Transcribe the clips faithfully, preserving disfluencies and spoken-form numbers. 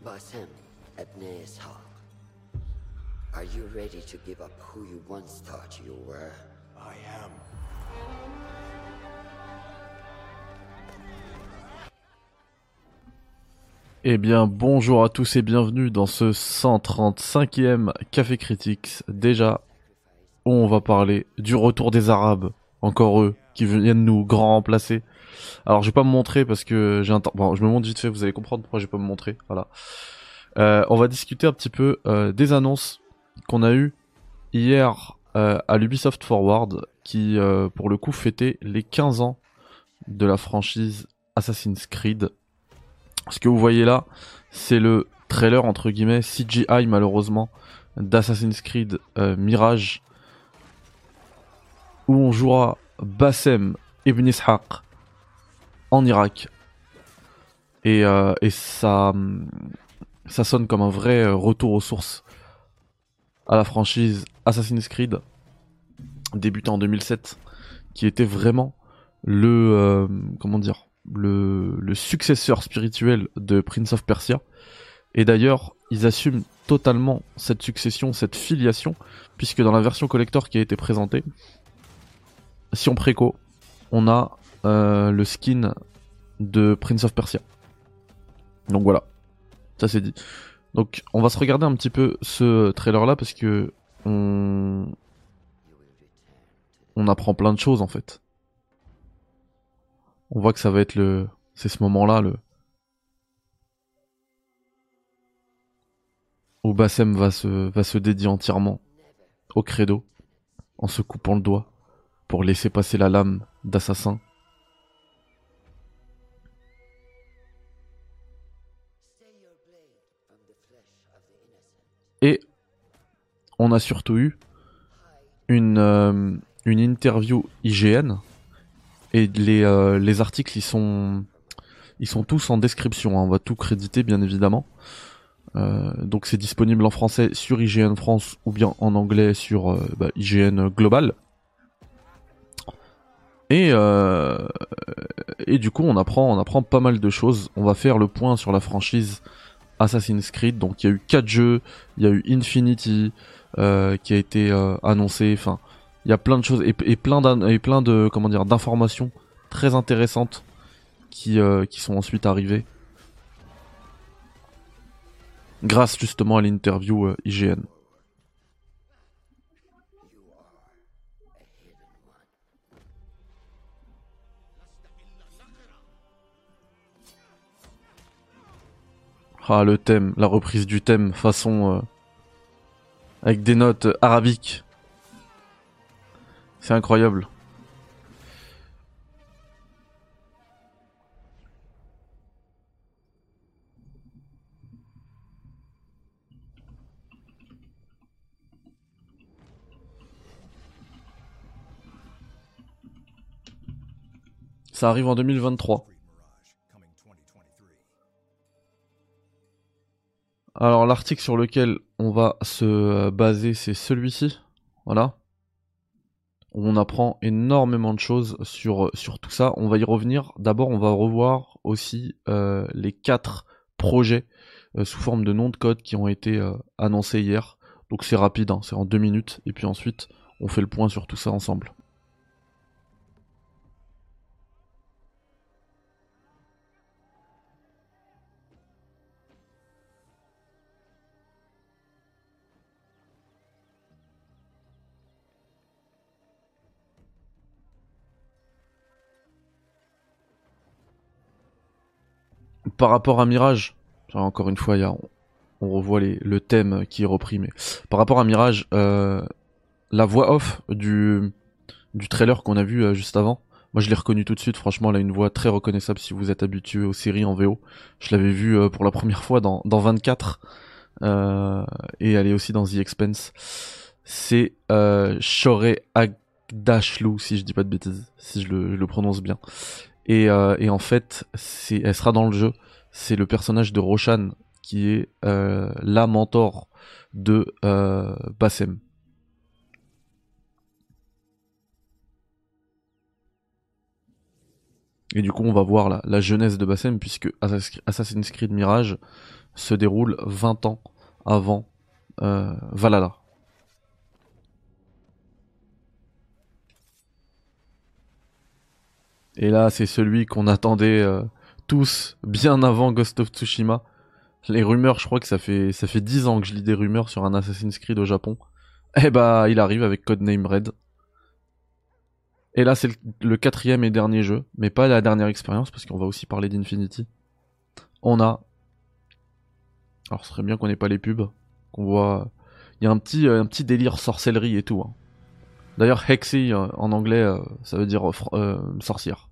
Basim ibn Ishaq, are you ready to give up who you once thought you were? I am. Eh bien, bonjour à tous et bienvenue dans ce cent trente-cinquième Café Critics. Déjà, où on va parler du retour des Arabes, encore eux, qui viennent nous grand remplacer. Alors, je vais pas me montrer parce que j'ai un temps... Bon, je me montre vite fait, vous allez comprendre pourquoi je vais pas me montrer, voilà. Euh, on va discuter un petit peu euh, des annonces qu'on a eues hier euh, à l'Ubisoft Forward, qui, euh, pour le coup, fêtait les quinze ans de la franchise Assassin's Creed. Ce que vous voyez là, c'est le trailer entre guillemets C G I malheureusement d'Assassin's Creed euh, Mirage, où on jouera Bassem Ibn Ishaq en Irak, et, euh, et ça, ça sonne comme un vrai retour aux sources à la franchise Assassin's Creed, débutée en deux mille sept, qui était vraiment le euh, comment dire le, le successeur spirituel de Prince of Persia. Et d'ailleurs, ils assument totalement cette succession, cette filiation, puisque dans la version collector qui a été présentée, si on préco, on a euh, le skin de Prince of Persia. Donc voilà, ça c'est dit. Donc on va se regarder un petit peu ce trailer là, parce que on, on apprend plein de choses en fait. On voit que ça va être le... C'est ce moment-là, le... où Bassem va se, va se dédier entièrement au credo, en se coupant le doigt, pour laisser passer la lame d'assassin. Et on a surtout eu une, euh, une interview I G N, et les, euh, les articles ils sont, ils sont tous en description, hein. On va tout créditer bien évidemment. Euh, donc c'est disponible en français sur I G N France ou bien en anglais sur euh, bah, I G N Global. Et, euh, et du coup on apprend, on apprend pas mal de choses. On va faire le point sur la franchise Assassin's Creed. Donc il y a eu quatre jeux, il y a eu Infinity euh, qui a été euh, annoncé. Enfin, il y a plein de choses et, et plein d'in- et plein de comment dire d'informations très intéressantes qui euh, qui sont ensuite arrivées grâce justement à l'interview euh, I G N. Ah, le thème, la reprise du thème façon euh, avec des notes euh, arabiques. C'est incroyable. Ça arrive en deux mille vingt-trois. Alors l'article sur lequel on va se euh, baser, c'est celui-ci. Voilà. On apprend énormément de choses sur, sur tout ça. On va y revenir. D'abord, on va revoir aussi euh, les quatre projets euh, sous forme de noms de code qui ont été euh, annoncés hier. Donc c'est rapide, hein, c'est en deux minutes. Et puis ensuite, on fait le point sur tout ça ensemble. Par rapport à Mirage, encore une fois, il y a, on, on revoit les, le thème qui est repris, mais par rapport à Mirage, euh, la voix off du, du trailer qu'on a vu euh, juste avant, moi je l'ai reconnu tout de suite. Franchement, elle a une voix très reconnaissable si vous êtes habitué aux séries en V O. Je l'avais vue euh, pour la première fois dans, dans vingt-quatre, euh, et elle est aussi dans The Expanse. C'est euh, Shoré Agdashlu, si je dis pas de bêtises, si je le, je le prononce bien. Et, euh, et en fait, c'est, elle sera dans le jeu. C'est le personnage de Roshan qui est euh, la mentor de euh, Bassem. Et du coup, on va voir la, la jeunesse de Bassem, puisque Assassin's Creed Mirage se déroule vingt ans avant euh, Valhalla. Et là, c'est celui qu'on attendait euh, tous bien avant Ghost of Tsushima. Les rumeurs, je crois que ça fait ça fait dix ans que je lis des rumeurs sur un Assassin's Creed au Japon. Eh bah, il arrive avec Codename Red. Et là, c'est le, le quatrième et dernier jeu, mais pas la dernière expérience, parce qu'on va aussi parler d'Infinity. On a... Alors, ce serait bien qu'on ait pas les pubs, qu'on voit... Il y a un petit, un petit délire sorcellerie et tout. Hein. D'ailleurs, Hexy, en anglais, ça veut dire euh, sorcière.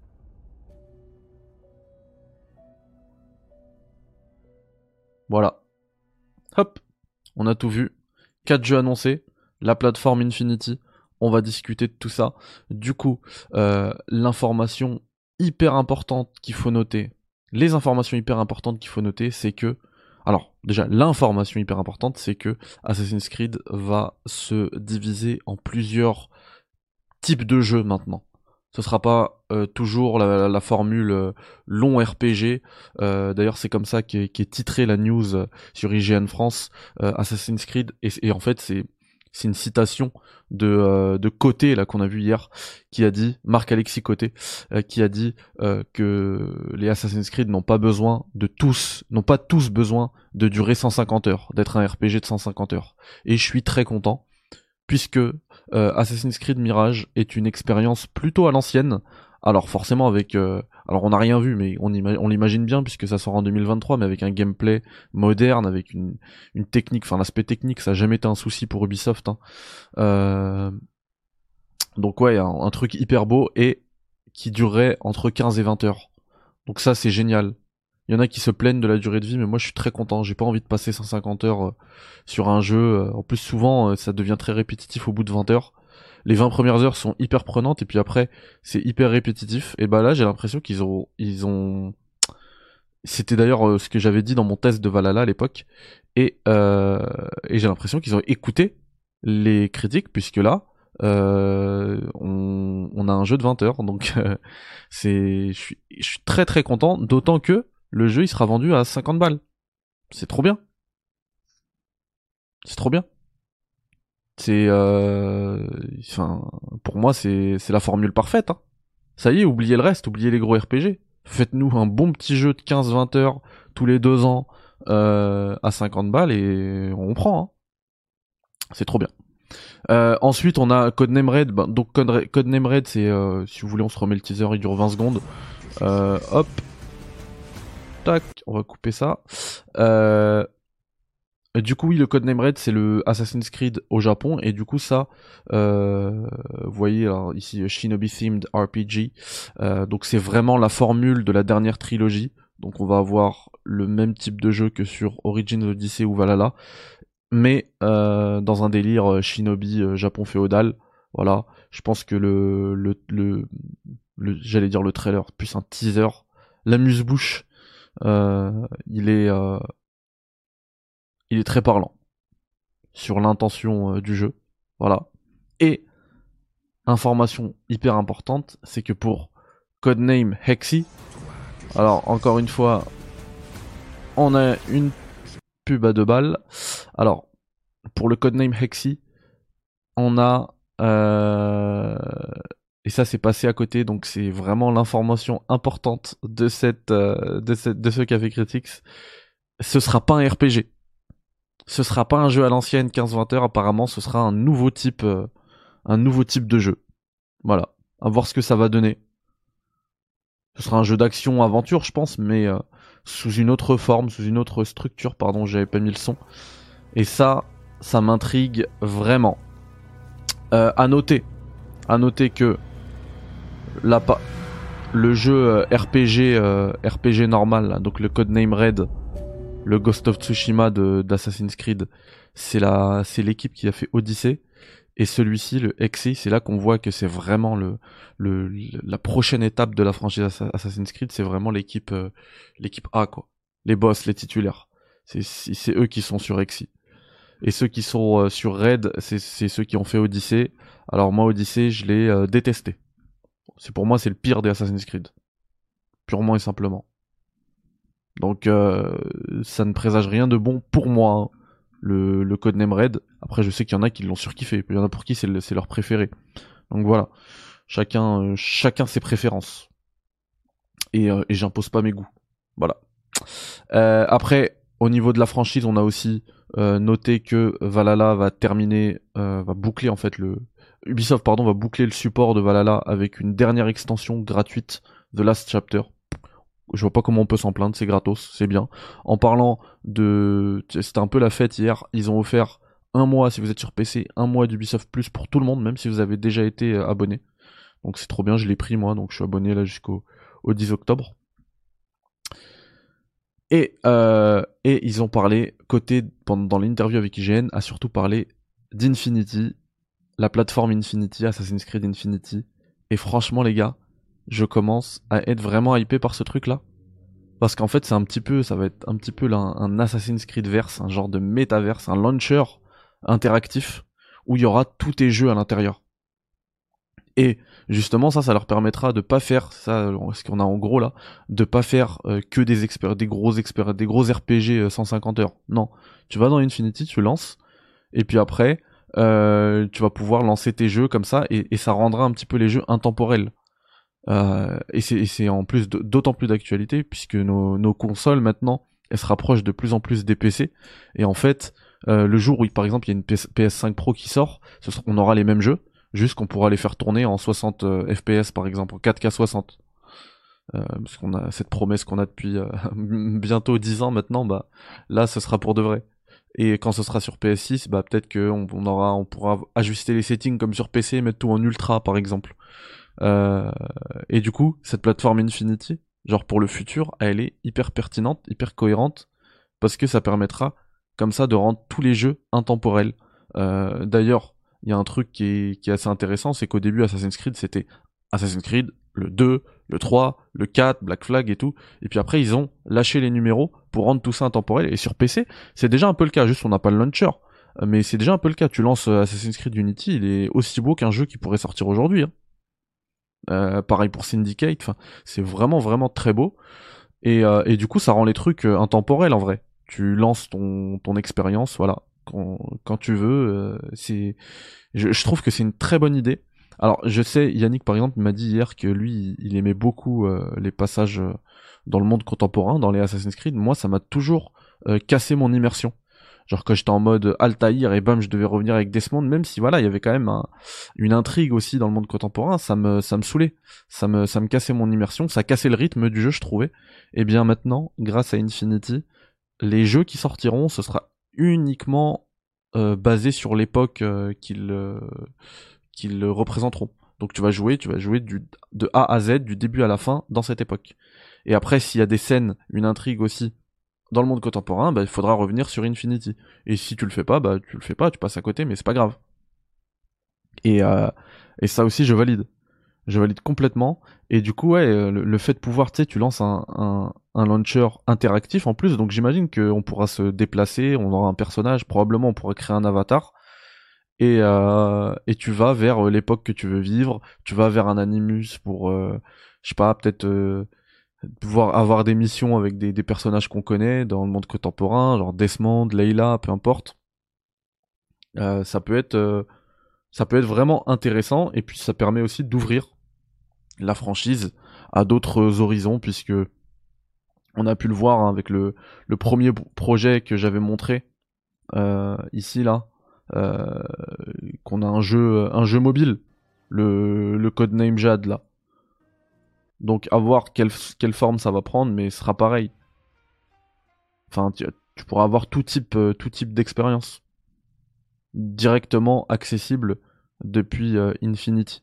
Voilà. Hop, on a tout vu. quatre jeux annoncés, la plateforme Infinity, on va discuter de tout ça. Du coup, euh, l'information hyper importante qu'il faut noter, les informations hyper importantes qu'il faut noter, c'est que... Alors, déjà, l'information hyper importante, c'est que Assassin's Creed va se diviser en plusieurs types de jeux maintenant. Ce sera pas euh, toujours la, la formule euh, long R P G. Euh, D'ailleurs, c'est comme ça qu'est qu titrée la news euh, sur I G N France, euh, Assassin's Creed. Et, et en fait, c'est c'est une citation de euh, de Côté là qu'on a vu hier, qui a dit Marc-Alexis Côté, euh, qui a dit euh, que les Assassin's Creed n'ont pas besoin de tous, n'ont pas tous besoin de durer cent cinquante heures, d'être un R P G de cent cinquante heures. Et je suis très content, puisque euh, Assassin's Creed Mirage est une expérience plutôt à l'ancienne. Alors forcément avec... Euh, alors on n'a rien vu, mais on, on l'imagine bien, puisque ça sort en deux mille vingt-trois, mais avec un gameplay moderne, avec une, une technique, enfin l'aspect technique, ça n'a jamais été un souci pour Ubisoft. Hein. Euh... Donc ouais, un, un truc hyper beau, et qui durerait entre quinze et vingt heures. Donc ça c'est génial. Il y en a qui se plaignent de la durée de vie, mais moi je suis très content. J'ai pas envie de passer cent cinquante heures euh, sur un jeu. Euh, en plus, souvent, euh, ça devient très répétitif au bout de vingt heures. Les vingt premières heures sont hyper prenantes, et puis après, c'est hyper répétitif. Et bah là, j'ai l'impression qu'ils ont... Ils ont... C'était d'ailleurs euh, ce que j'avais dit dans mon test de Valhalla à l'époque. Et, euh, et j'ai l'impression qu'ils ont écouté les critiques, puisque là, euh, on, on a un jeu de vingt heures. Donc, euh, c'est, je suis, je suis très très content, d'autant que le jeu il sera vendu à cinquante balles. C'est trop bien. C'est trop bien. C'est euh... enfin, pour moi c'est c'est la formule parfaite. Hein. Ça y est, oubliez le reste, oubliez les gros R P G. Faites-nous un bon petit jeu de quinze vingt heures tous les deux ans euh, à cinquante balles et on prend. Hein. C'est trop bien. Euh, ensuite, on a Codename Red. Ben, donc Codename Red, c'est euh, si vous voulez, on se remet le teaser, il dure vingt secondes. Euh, hop. Tac, on va couper ça. Euh, du coup, oui, le Codename Red, c'est le Assassin's Creed au Japon, et du coup, ça, euh, vous voyez alors, ici Shinobi Themed R P G. Euh, donc, c'est vraiment la formule de la dernière trilogie. Donc, on va avoir le même type de jeu que sur Origins Odyssey ou Valhalla, mais euh, dans un délire Shinobi euh, Japon féodal. Voilà, je pense que le, le, le, le j'allais dire le trailer, plus un teaser, l'amuse-bouche. Euh, il est euh, il est très parlant sur l'intention euh, du jeu, voilà. Et information hyper importante, c'est que pour Codename Hexy, alors encore une fois, on a une pub à deux balles. Alors pour le Codename Hexy, on a euh, et ça c'est passé à côté, donc c'est vraiment l'information importante de cette euh, de cette de ce Café Critics. Ce sera pas un R P G. Ce sera pas un jeu à l'ancienne quinze vingt heures, apparemment ce sera un nouveau type euh, un nouveau type de jeu. Voilà, à voir ce que ça va donner. Ce sera un jeu d'action aventure, je pense, mais euh, sous une autre forme, sous une autre structure, pardon, j'avais pas mis le son. Et ça, ça m'intrigue vraiment. Euh, à noter, à noter que là, le jeu euh, R P G, euh, R P G normal, là, donc le Codename Red, le Ghost of Tsushima d'Assassin's Creed, c'est la, c'est l'équipe qui a fait Odyssey. Et celui-ci, le Hexy, c'est là qu'on voit que c'est vraiment le, le, la prochaine étape de la franchise Assassin's Creed, c'est vraiment l'équipe, euh, l'équipe A, quoi. Les boss, les titulaires. C'est, c'est eux qui sont sur Hexy. Et ceux qui sont euh, sur Red, c'est, c'est ceux qui ont fait Odyssey. Alors moi, Odyssey, je l'ai euh, détesté. C'est pour moi, c'est le pire des Assassin's Creed. purement et simplement. Donc euh, ça ne présage rien de bon pour moi, hein, le, le Codename Red. Après je sais qu'il y en a qui l'ont surkiffé, il y en a pour qui c'est, le, c'est leur préféré. Donc voilà, chacun, euh, chacun ses préférences. Et, euh, et j'impose pas mes goûts. Voilà. Euh, après, au niveau de la franchise, on a aussi euh, noté que Valhalla va terminer, euh, va boucler en fait le... Ubisoft pardon, va boucler le support de Valhalla avec une dernière extension gratuite, The Last Chapter. Je vois pas comment on peut s'en plaindre, c'est gratos, c'est bien. En parlant de... C'était un peu la fête hier, ils ont offert un mois, si vous êtes sur P C, un mois d'Ubisoft Plus pour tout le monde, même si vous avez déjà été euh, abonné. Donc c'est trop bien, je l'ai pris moi, donc je suis abonné là jusqu'au au dix octobre. Et, euh, et ils ont parlé, côté, pendant, dans l'interview avec I G N, a surtout parlé d'Infinity, la plateforme Infinity, Assassin's Creed Infinity. Et franchement les gars, je commence à être vraiment hypé par ce truc là. Parce qu'en fait c'est un petit peu, ça va être un petit peu là, un Assassin's Creed verse, un genre de métaverse, un launcher interactif, où il y aura tous tes jeux à l'intérieur. Et justement ça, ça leur permettra de pas faire ça, ce qu'on a en gros là, de pas faire euh, que des expér- des gros expér- des gros R P G euh, cent cinquante heures. Non, tu vas dans Infinity, tu lances, et puis après, euh, tu vas pouvoir lancer tes jeux comme ça, et, et ça rendra un petit peu les jeux intemporels. Euh, et, c'est, et c'est en plus de, d'autant plus d'actualité puisque nos, nos consoles maintenant, elles se rapprochent de plus en plus des P C. Et en fait, euh, le jour où par exemple il y a une P S cinq Pro qui sort, ce sera, on aura les mêmes jeux. Juste qu'on pourra les faire tourner en soixante euh, F P S par exemple, en quatre K soixante. Euh, parce qu'on a cette promesse qu'on a depuis euh, bientôt dix ans maintenant, bah là ce sera pour de vrai. Et quand ce sera sur P S six, bah peut-être qu'on on aura, on pourra ajuster les settings comme sur P C et mettre tout en ultra par exemple. Euh, et du coup, cette plateforme Infinity, genre pour le futur, elle est hyper pertinente, hyper cohérente, parce que ça permettra comme ça de rendre tous les jeux intemporels. Euh, d'ailleurs, il y a un truc qui est, qui est assez intéressant, c'est qu'au début Assassin's Creed c'était Assassin's Creed, le deux, le trois, le quatre, Black Flag et tout, et puis après ils ont lâché les numéros pour rendre tout ça intemporel, et sur P C c'est déjà un peu le cas, juste on n'a pas le launcher, mais c'est déjà un peu le cas, tu lances Assassin's Creed Unity, il est aussi beau qu'un jeu qui pourrait sortir aujourd'hui, hein. Euh, pareil pour Syndicate, enfin, c'est vraiment vraiment très beau, et, euh, et du coup ça rend les trucs euh, intemporels en vrai. Tu lances ton, ton expérience, voilà, quand, quand tu veux. Euh, c'est, je, je trouve que c'est une très bonne idée. Alors je sais, Yannick par exemple m'a dit hier que lui il aimait beaucoup euh, les passages euh, dans le monde contemporain, dans les Assassin's Creed. Moi ça m'a toujours euh, cassé mon immersion. Genre quand j'étais en mode Altaïr et bam je devais revenir avec Desmond, même si voilà il y avait quand même un, une intrigue aussi dans le monde contemporain, ça me ça me saoulait, ça me ça me cassait mon immersion, ça cassait le rythme du jeu je trouvais. Et bien maintenant grâce à Infinity, les jeux qui sortiront ce sera uniquement euh, basé sur l'époque euh, qu'ils euh, qu'ils représenteront. Donc tu vas jouer, tu vas jouer du, de A à Z, du début à la fin dans cette époque. Et après s'il y a des scènes, une intrigue aussi dans le monde contemporain, bah, il faudra revenir sur Infinity. Et si tu le fais pas, bah tu le fais pas, tu passes à côté, mais c'est pas grave. Et, euh, et ça aussi, je valide. Je valide complètement. Et du coup, ouais, le, le fait de pouvoir, tu sais, tu lances un, un, un launcher interactif en plus, donc j'imagine qu'on pourra se déplacer, on aura un personnage, probablement on pourra créer un avatar. Et, euh, et tu vas vers l'époque que tu veux vivre, tu vas vers un animus pour, euh, je sais pas, peut-être... Euh, pouvoir avoir des missions avec des, des personnages qu'on connaît dans le monde contemporain, genre Desmond, Layla, peu importe. Euh, ça peut être, euh, ça peut être vraiment intéressant et puis ça permet aussi d'ouvrir la franchise à d'autres horizons puisque on a pu le voir hein, avec le, le premier projet que j'avais montré euh, ici là, euh, qu'on a un jeu, un jeu mobile, le, le Codename Jade là. Donc à voir quelle, quelle forme ça va prendre, mais ce sera pareil. Enfin, tu, tu pourras avoir tout type, euh, tout type d'expérience directement accessible depuis euh, Infinity.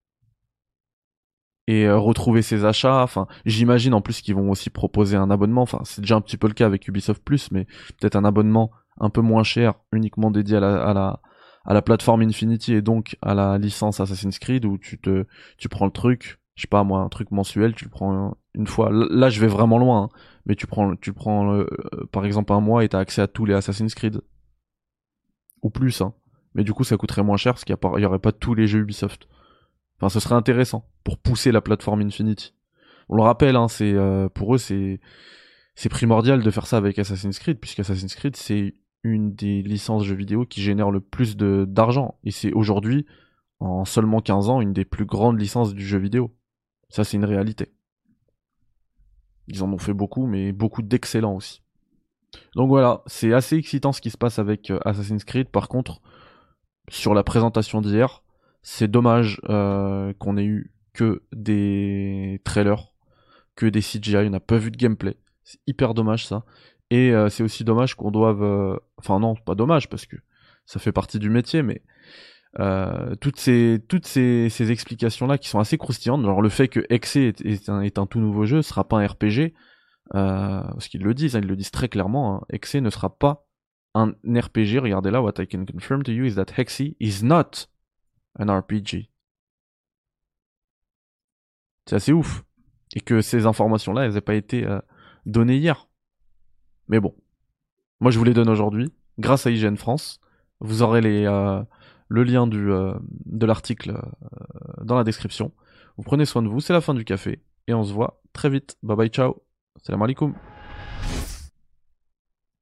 Et euh, retrouver ses achats, enfin, j'imagine en plus qu'ils vont aussi proposer un abonnement. Enfin, c'est déjà un petit peu le cas avec Ubisoft Plus, mais peut-être un abonnement un peu moins cher, uniquement dédié à la, à la, à la plateforme Infinity et donc à la licence Assassin's Creed où tu te, tu prends le truc, je sais pas moi, un truc mensuel, tu le prends une fois. Là, je vais vraiment loin, hein, mais tu prends, tu le prends euh, par exemple un mois et t'as accès à tous les Assassin's Creed ou plus, hein. Mais du coup, ça coûterait moins cher parce qu'il y, y aurait pas tous les jeux Ubisoft. Enfin, ce serait intéressant pour pousser la plateforme Infinity. On le rappelle, hein, c'est euh, pour eux c'est c'est primordial de faire ça avec Assassin's Creed, puisque Assassin's Creed c'est une des licences jeux vidéo qui génère le plus de d'argent, et c'est aujourd'hui, en seulement quinze ans, une des plus grandes licences du jeu vidéo. Ça c'est une réalité. Ils en ont fait beaucoup, mais beaucoup d'excellents aussi. Donc voilà, c'est assez excitant ce qui se passe avec euh, Assassin's Creed. Par contre, sur la présentation d'hier, c'est dommage euh, qu'on ait eu que des trailers, que des C G I, on n'a pas vu de gameplay. C'est hyper dommage ça. Et euh, c'est aussi dommage qu'on doive... euh, Enfin non, pas dommage, parce que ça fait partie du métier, mais euh, toutes ces, toutes ces, ces explications-là qui sont assez croustillantes, genre le fait que Hexe est, est, un, est un tout nouveau jeu, sera pas un R P G, euh, parce qu'ils le disent, hein, ils le disent très clairement, hein, Hexe ne sera pas un R P G. Regardez là, what I can confirm to you is that Hexe is not an R P G. C'est assez ouf. Et que ces informations-là, elles n'aient pas été euh, données hier. Mais bon, moi je vous les donne aujourd'hui, grâce à I G N France. Vous aurez les, euh, le lien du, euh, de l'article euh, dans la description. Vous prenez soin de vous, c'est la fin du café. Et on se voit très vite. Bye bye, ciao. Salam alaikum.